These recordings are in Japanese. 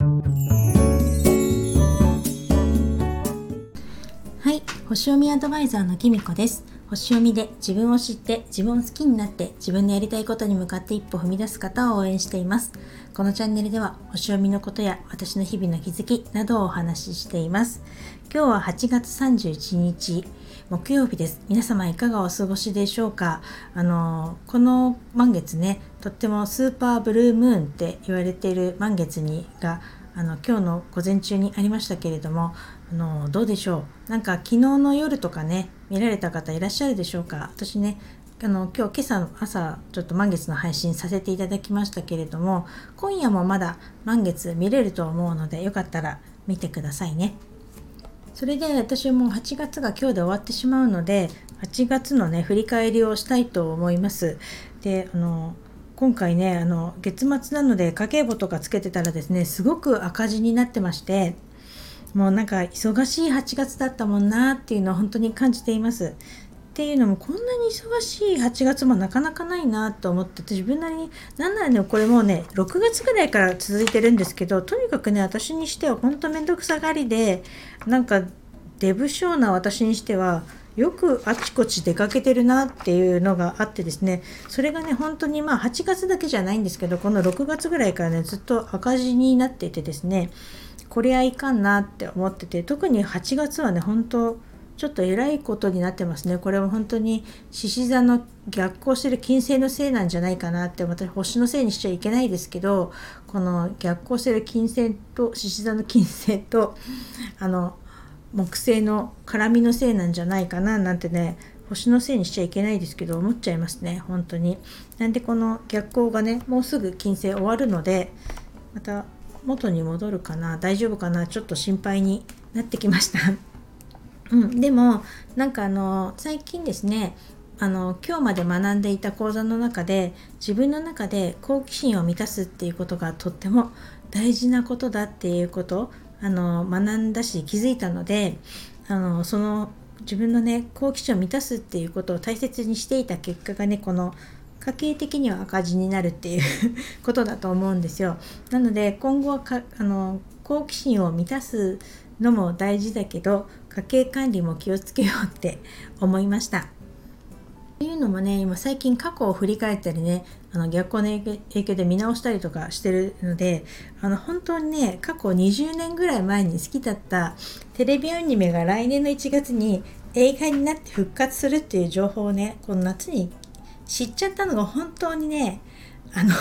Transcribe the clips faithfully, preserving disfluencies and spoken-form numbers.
はい、星読みアドバイザーのきみこです。星読みで自分を知って自分を好きになって自分のやりたいことに向かって一歩踏み出す方を応援しています。このチャンネルでは星読みのことや私の日々の気づきなどをお話ししています。今日ははちがつさんじゅういちにち木曜日です。皆様いかがお過ごしでしょうか。あのこの満月ね、とってもスーパーブルームーンって言われている満月にがあの今日の午前中にありましたけれども、あのどうでしょう。なんか昨日の夜とかね見られた方いらっしゃるでしょうか。私ねあの今日今朝朝ちょっと満月の配信させていただきましたけれども、今夜もまだ満月見れると思うのでよかったら見てくださいね。それで私もはちがつが今日で終わってしまうので、はちがつのね振り返りをしたいと思います。であの今回ねあの月末なので家計簿とかつけてたらですね、すごく赤字になってまして、もうなんか忙しいはちがつだったもんなっていうのを本当に感じています。っていうのもこんなに忙しいはちがつもなかなかないなと思って、自分なりになんならねこれもうねろくがつぐらいから続いてるんですけど、とにかくね私にしては本当めんどくさがりで、なんかデブ症な私にしてはよくあちこち出かけてるなっていうのがあってですね、それがね本当にまあはちがつだけじゃないんですけど、このろくがつぐらいからねずっと赤字になっていてですね、これはいかんなって思ってて、特にはちがつはね本当ちょっとえらいことになってますね。これは本当に獅子座の逆行してる金星のせいなんじゃないかなって、私星のせいにしちゃいけないですけど、この逆行してる金星と獅子座の金星とあの木星の絡みのせいなんじゃないかななんてね、星のせいにしちゃいけないですけど思っちゃいますね本当に。なんでこの逆行がねもうすぐ金星終わるので、また元に戻るかな、大丈夫かな、ちょっと心配になってきましたうん、でもなんかあの最近ですね、あの今日まで学んでいた講座の中で自分の中で好奇心を満たすっていうことがとっても大事なことだっていうことあの学んだし気づいたので、あのその自分のね好奇心を満たすっていうことを大切にしていた結果がね、この家計的には赤字になるっていうことだと思うんですよ。なので今後はかあの好奇心を満たすのも大事だけど、家計管理も気をつけようって思いました。というのもね、今最近過去を振り返ったりね、あの逆行の影響で見直したりとかしてるので、あの本当にね過去にじゅうねんぐらい前に好きだったテレビアニメが来年のいちがつに映画になって復活するっていう情報をね、この夏に知っちゃったのが本当にねあの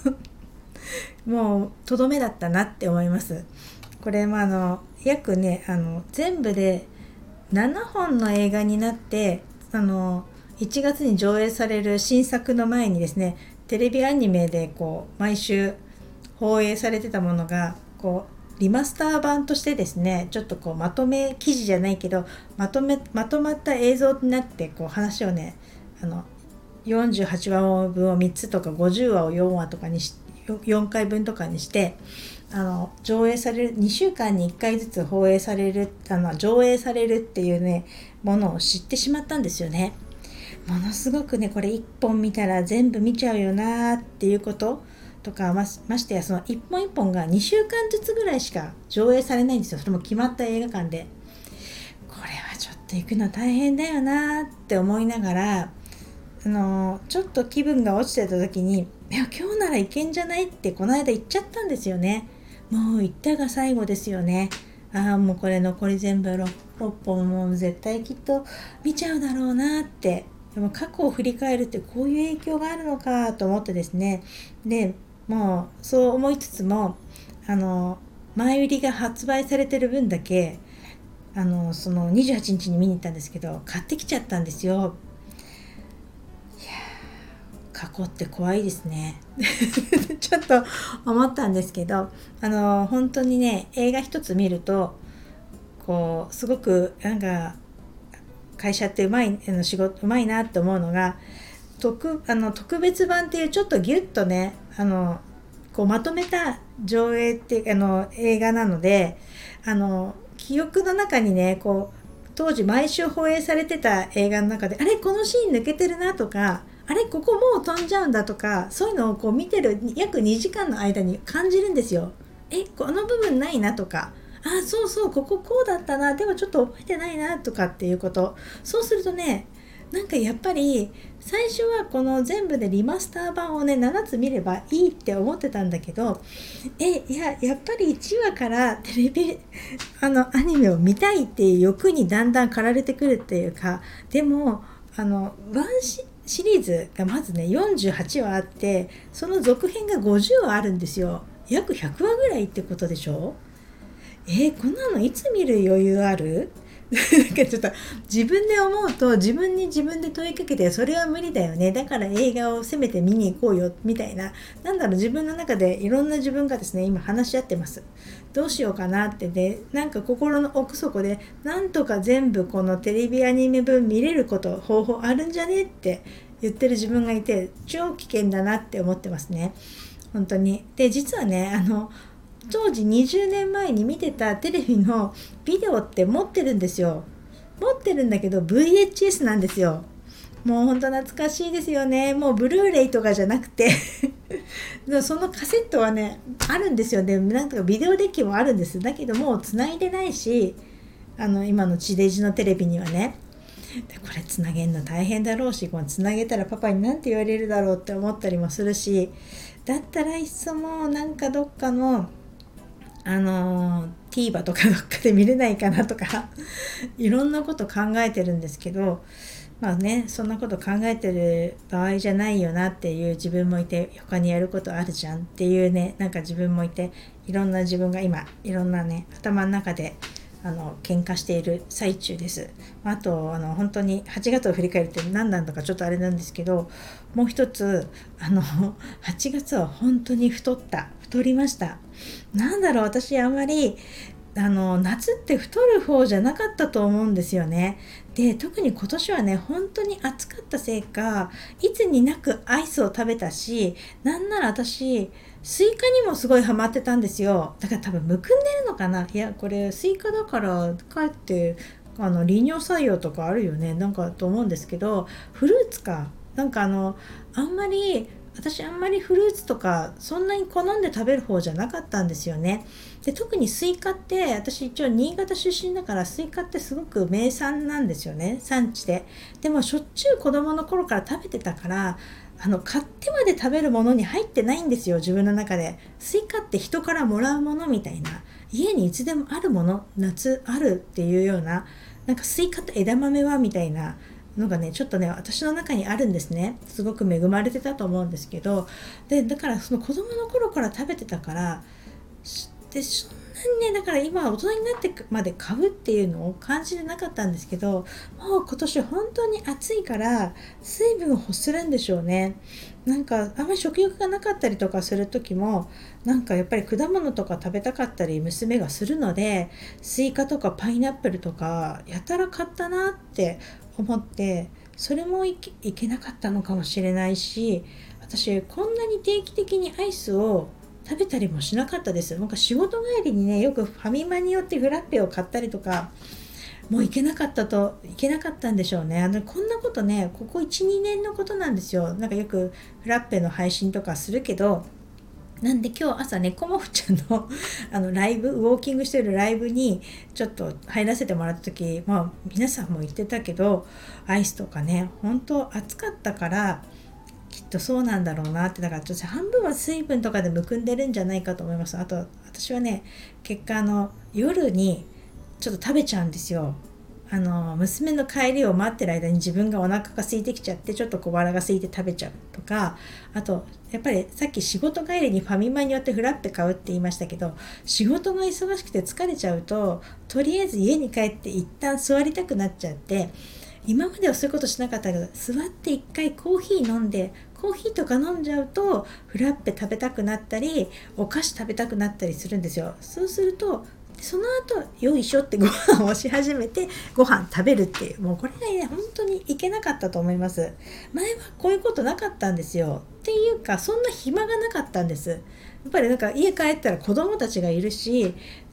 もうとどめだったなって思います。これもあの約ねあの全部でななほんの映画になって、あのいちがつに上映される新作の前にですね、テレビアニメでこう毎週放映されてたものがこうリマスター版としてですね、ちょっとこうまとめ記事じゃないけどまとめまとまった映像になって、こう話をねあのよんじゅうはちわぶんをみっつとかごじゅうわをよんわとかにしよんかいぶんとかにしてあの上映される、にしゅうかんにいっかいずつ放映されるあの上映されるっていうねものを知ってしまったんですよね。ものすごくねこれいっぽん見たら全部見ちゃうよなっていうこととか、ま, ましてやそのいっぽんいっぽんがにしゅうかんずつぐらいしか上映されないんですよ。それも決まった映画館で。これはちょっと行くの大変だよなって思いながら、あのちょっと気分が落ちてた時に、いや今日ならいけんじゃないってこの間言っちゃったんですよね。もう行ったが最後ですよね。ああもうこれ残り全部 ろっぽんもう絶対きっと見ちゃうだろうなって。でも過去を振り返るってこういう影響があるのかと思ってですね、でもうそう思いつつもあの前売りが発売されてる分だけあのそのにじゅうはちにちに見に行ったんですけど買ってきちゃったんですよ。いや過去って怖いですねちょっと思ったんですけど、あの本当にね映画一つ見るとこうすごくなんか会社ってうまいあの仕事うまいなって思うのが、 特, あの特別版っていうちょっとギュッとねあのこうまとめた上映ってあの映画なので、あの記憶の中にねこう当時毎週放映されてた映画の中で、あれこのシーン抜けてるなとか、あれここもう飛んじゃうんだとか、そういうのをこう見てる約にじかんの間に感じるんですよ。 えこの部分ないなとか、あそうそうこここうだったな、でもちょっと覚えてないなとかっていうこと。そうするとね、なんかやっぱり最初はこの全部でリマスター版をねななつ見ればいいって思ってたんだけど、えいややっぱりいちわからテレビあのアニメを見たいっていう欲にだんだん駆られてくるっていうか、でもあのワンシシリーズがまずねよんじゅうはちわあって、その続編がごじゅうわあるんですよ。約ひゃくわぐらいってことでしょ。えー、こんなのいつ見る余裕ある？なんかちょっと自分で思うと自分に自分で問いかけて、それは無理だよね、だから映画をせめて見に行こうよみたいな、なんだろう、自分の中でいろんな自分がですね今話し合ってます。どうしようかなってで、なんか心の奥底でなんとか全部このテレビアニメ分見れること方法あるんじゃねって言ってる自分がいて、超危険だなって思ってますね本当に。で実はね、あの当時にじゅうねんまえに見てたテレビのビデオって持ってるんですよ。持ってるんだけど ブイエイチエス なんですよ。もうほんと懐かしいですよね。もうブルーレイとかじゃなくてそのカセットはねあるんですよ。でなんとかビデオデッキもあるんです。だけどもう繋いでないし、あの今の地デジのテレビにはね、でこれつなげるの大変だろうし、このつなげたらパパに何て言われるだろうって思ったりもするし、だったらいっそもうなんかどっかのあの TVer とかどっかで見れないかなとかいろんなこと考えてるんですけど、まあねそんなこと考えてる場合じゃないよなっていう自分もいて、他にやることあるじゃんっていうね、なんか自分もいて、いろんな自分が今いろんなね頭の中であの喧嘩している最中です。あとあの本当にはちがつを振り返るって何なんだかちょっとあれなんですけど、もう一つあのはちがつは本当に太った太りました。なんだろう、私あんまりあの夏って太る方じゃなかったと思うんですよね。で特に今年はね本当に暑かったせいか、いつになくアイスを食べたし、なんなら私スイカにもすごいハマってたんですよ。だから多分むくんでるのかな。いやこれスイカだからかえってあの利尿作用とかあるよねなんかと思うんですけど、フルーツかなんかあのあんまり私あんまりフルーツとかそんなに好んで食べる方じゃなかったんですよね。で特にスイカって、私一応新潟出身だからスイカってすごく名産なんですよね、産地で。でもしょっちゅう子供の頃から食べてたから、あの買ってまで食べるものに入ってないんですよ自分の中で。スイカって人からもらうものみたいな、家にいつでもあるもの、夏あるっていうような、なんかスイカと枝豆はみたいなのがねちょっとね私の中にあるんですね。すごく恵まれてたと思うんですけど、でだからその子供の頃から食べてたから、でそんなにねだから今大人になってまで買うっていうのを感じてなかったんですけど、もう今年本当に暑いから水分を欲するんでしょうね。なんかあんまり食欲がなかったりとかする時も、なんかやっぱり果物とか食べたかったり娘がするので、スイカとかパイナップルとかやたら買ったなって思って、それもい け, いけなかったのかもしれないし、私こんなに定期的にアイスを食べたりもしなかったです。なんか仕事帰りにねよくファミマによってフラッペを買ったりとか、もういけなかったといけなかったんでしょうね。あのこんなことねここ いちにねんのことなんですよ。なんかよくフラッペの配信とかするけど、なんで今日朝ねコモフちゃんのあのライブ、ウォーキングしてるライブにちょっと入らせてもらった時、まあ皆さんも言ってたけど、アイスとかね本当暑かったからきっとそうなんだろうなって。だからちょっと半分は水分とかでむくんでるんじゃないかと思います。あと私はね結果あの夜にちょっと食べちゃうんですよ。あの娘の帰りを待ってる間に自分がお腹が空いてきちゃって、ちょっと小腹が空いて食べちゃうとか、あとやっぱりさっき仕事帰りにファミマによってフラッペ買うって言いましたけど、仕事が忙しくて疲れちゃうととりあえず家に帰って一旦座りたくなっちゃって、今まではそういうことしなかったけど、座って一回コーヒー飲んで、コーヒーとか飲んじゃうとフラッペ食べたくなったりお菓子食べたくなったりするんですよ。そうするとその後よいしょってご飯をし始めてご飯食べるっていう、もうこれがね本当にいけなかったと思います。前はこういうことなかったんですよ。っていうかそんな暇がなかったんです。やっぱりなんか家帰ったら子供たちがいるし、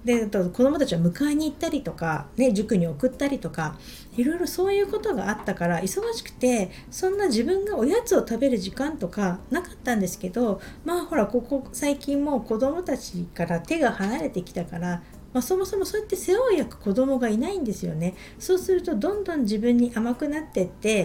で子供たちを迎えに行ったりとか、ね、塾に送ったりとかいろいろそういうことがあったから忙しくてそんな自分がおやつを食べる時間とかなかったんですけど、まあほらここ最近もう子供たちから手が離れてきたから、まあ、そもそもそうやって世話を焼く子供がいないんですよね。そうするとどんどん自分に甘くなってって、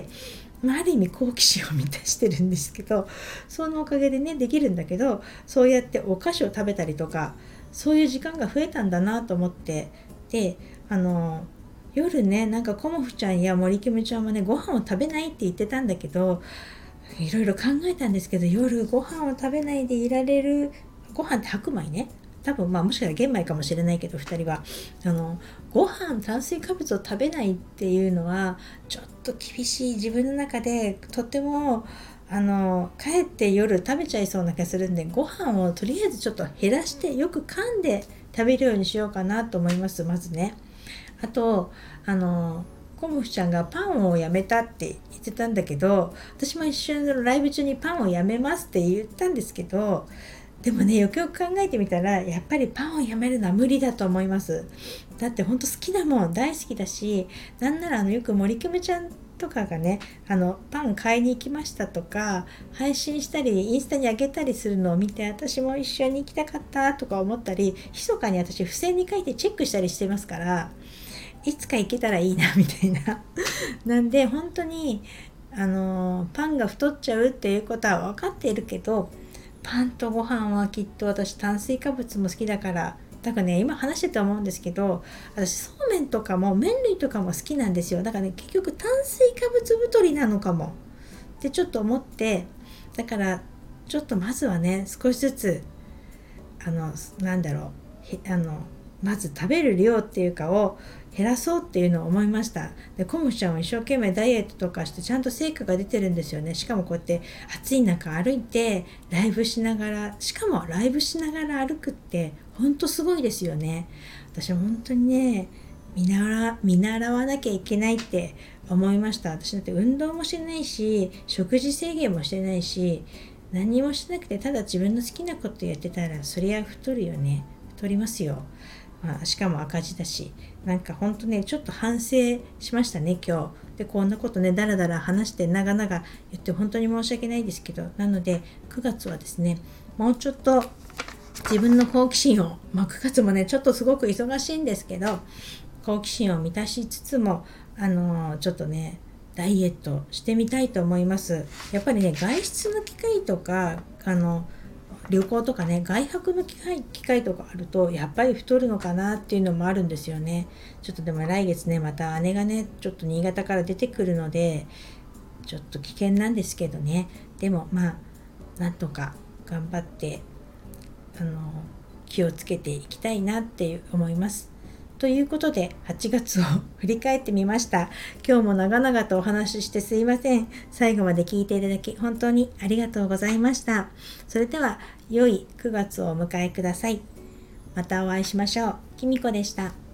まあ、ある意味好奇心を満たしてるんですけど、そのおかげでねできるんだけど、そうやってお菓子を食べたりとかそういう時間が増えたんだなと思って、であの夜ねなんかコモフちゃんや森キムちゃんはねご飯を食べないって言ってたんだけど、いろいろ考えたんですけど、夜ご飯を食べないでいられる、ご飯って白米ね、多分まあもしかしたら玄米かもしれないけどふたりはあのご飯炭水化物を食べないっていうのはちょっと厳しい、自分の中でとてもあの帰って夜食べちゃいそうな気がするんで、ご飯をとりあえずちょっと減らしてよく噛んで食べるようにしようかなと思います。まずね、あとあのコモフちゃんがパンをやめたって言ってたんだけど、私も一瞬のライブ中にパンをやめますって言ったんですけど、でもねよくよく考えてみたらやっぱりパンをやめるのは無理だと思います。だってほんと好きだもん、大好きだし、なんならあのよく森久美ちゃんとかがねあのパン買いに行きましたとか配信したりインスタに上げたりするのを見て、私も一緒に行きたかったとか思ったり、密かに私付箋に書いてチェックしたりしてますから、いつか行けたらいいなみたいななんで本当にあのパンが太っちゃうっていうことは分かっているけど、パンとご飯はきっと私炭水化物も好きだから、だからね今話してて思うんですけど、私そうめんとかも麺類とかも好きなんですよ。だからね結局炭水化物太りなのかもってちょっと思って、だからちょっとまずはね少しずつあのなんだろうあのまず食べる量っていうかを減らそうっていうのを思いました。でコムちゃんは一生懸命ダイエットとかしてちゃんと成果が出てるんですよね。しかもこうやって暑い中歩いてライブしながら、しかもライブしながら歩くってほんとすごいですよね。私は本当にね見習見習わなきゃいけないって思いました。私だって運動もしてないし食事制限もしてないし何もしてなくて、ただ自分の好きなことやってたらそりゃ太るよね。太りますよ。まあ、しかも赤字だし、なんかほんとねちょっと反省しましたね今日で。こんなことねだらだら話して長々言って本当に申し訳ないですけど、なのでくがつはですねもうちょっと自分の好奇心を、まあ、くがつもねちょっとすごく忙しいんですけど好奇心を満たしつつもあのー、ちょっとねダイエットしてみたいと思います。やっぱりね外出の機会とかあの旅行とかね外泊の機会、機会とかあるとやっぱり太るのかなっていうのもあるんですよね。ちょっとでも来月ねまた姉がねちょっと新潟から出てくるのでちょっと危険なんですけどね、でもまあなんとか頑張ってあの気をつけていきたいなって思います。ということではちがつを振り返ってみました。今日も長々とお話ししてすいません。最後まで聞いていただき本当にありがとうございました。それでは良いくがつをお迎えください。またお会いしましょう。きみこでした。